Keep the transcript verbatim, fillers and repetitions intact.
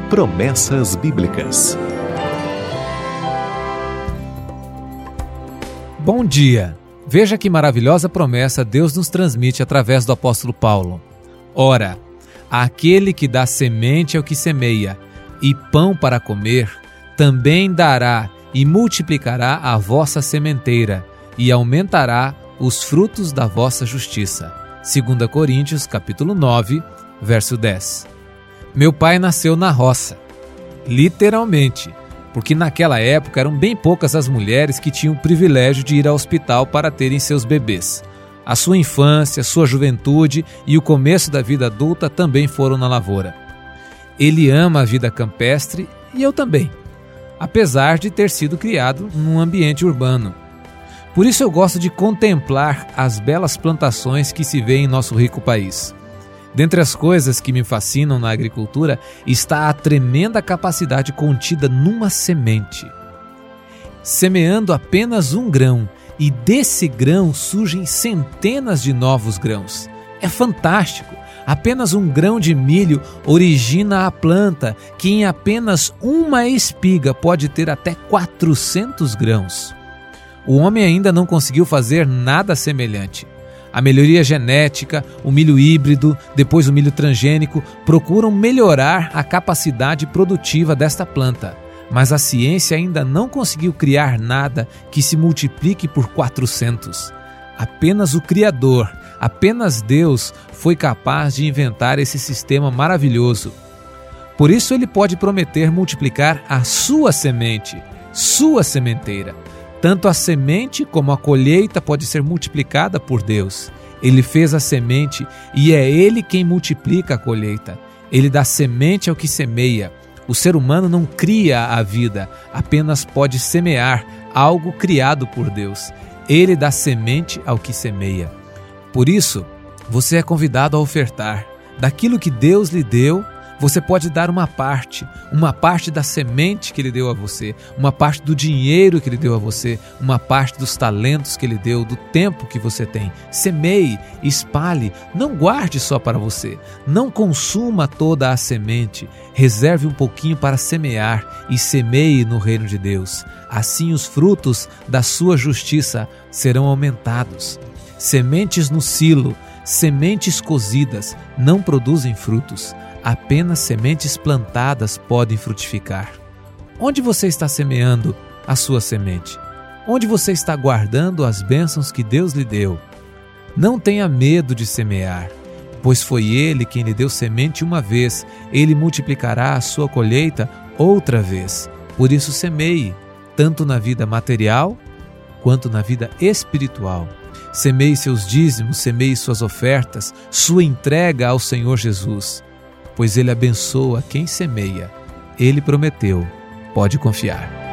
Promessas Bíblicas. Bom dia! Veja que maravilhosa promessa Deus nos transmite através do apóstolo Paulo. Ora, aquele que dá semente ao que semeia e pão para comer, também dará e multiplicará a vossa sementeira e aumentará os frutos da vossa justiça. Segunda Coríntios, capítulo nove, verso dez. Meu pai nasceu na roça, literalmente, porque naquela época eram bem poucas as mulheres que tinham o privilégio de ir ao hospital para terem seus bebês. A sua infância, sua juventude e o começo da vida adulta também foram na lavoura. Ele ama a vida campestre e eu também, apesar de ter sido criado num ambiente urbano. Por isso eu gosto de contemplar as belas plantações que se vê em nosso rico país. Dentre as coisas que me fascinam na agricultura está a tremenda capacidade contida numa semente. Semeando apenas um grão, e desse grão surgem centenas de novos grãos. É fantástico! Apenas um grão de milho origina a planta, que em apenas uma espiga pode ter até quatrocentos grãos. O homem ainda não conseguiu fazer nada semelhante. A melhoria genética, o milho híbrido, depois o milho transgênico, procuram melhorar a capacidade produtiva desta planta. Mas a ciência ainda não conseguiu criar nada que se multiplique por quatrocentos. Apenas o Criador, apenas Deus, foi capaz de inventar esse sistema maravilhoso. Por isso ele pode prometer multiplicar a sua semente, sua sementeira. Tanto a semente como a colheita pode ser multiplicada por Deus. Ele fez a semente e é Ele quem multiplica a colheita. Ele dá semente ao que semeia. O ser humano não cria a vida, apenas pode semear algo criado por Deus. Ele dá semente ao que semeia. Por isso, você é convidado a ofertar. Daquilo que Deus lhe deu, você pode dar uma parte, uma parte da semente que Ele deu a você, uma parte do dinheiro que Ele deu a você, uma parte dos talentos que Ele deu, do tempo que você tem. Semeie, espalhe, não guarde só para você, não consuma toda a semente, reserve um pouquinho para semear e semeie no reino de Deus. Assim os frutos da sua justiça serão aumentados. Sementes no silo, sementes cozidas não produzem frutos. Apenas sementes plantadas podem frutificar. Onde você está semeando a sua semente? Onde você está guardando as bênçãos que Deus lhe deu? Não tenha medo de semear, pois foi Ele quem lhe deu semente uma vez. Ele multiplicará a sua colheita outra vez. Por isso semeie, tanto na vida material quanto na vida espiritual. Semeie seus dízimos, semeie suas ofertas, sua entrega ao Senhor Jesus. Pois Ele abençoa quem semeia. Ele prometeu, pode confiar.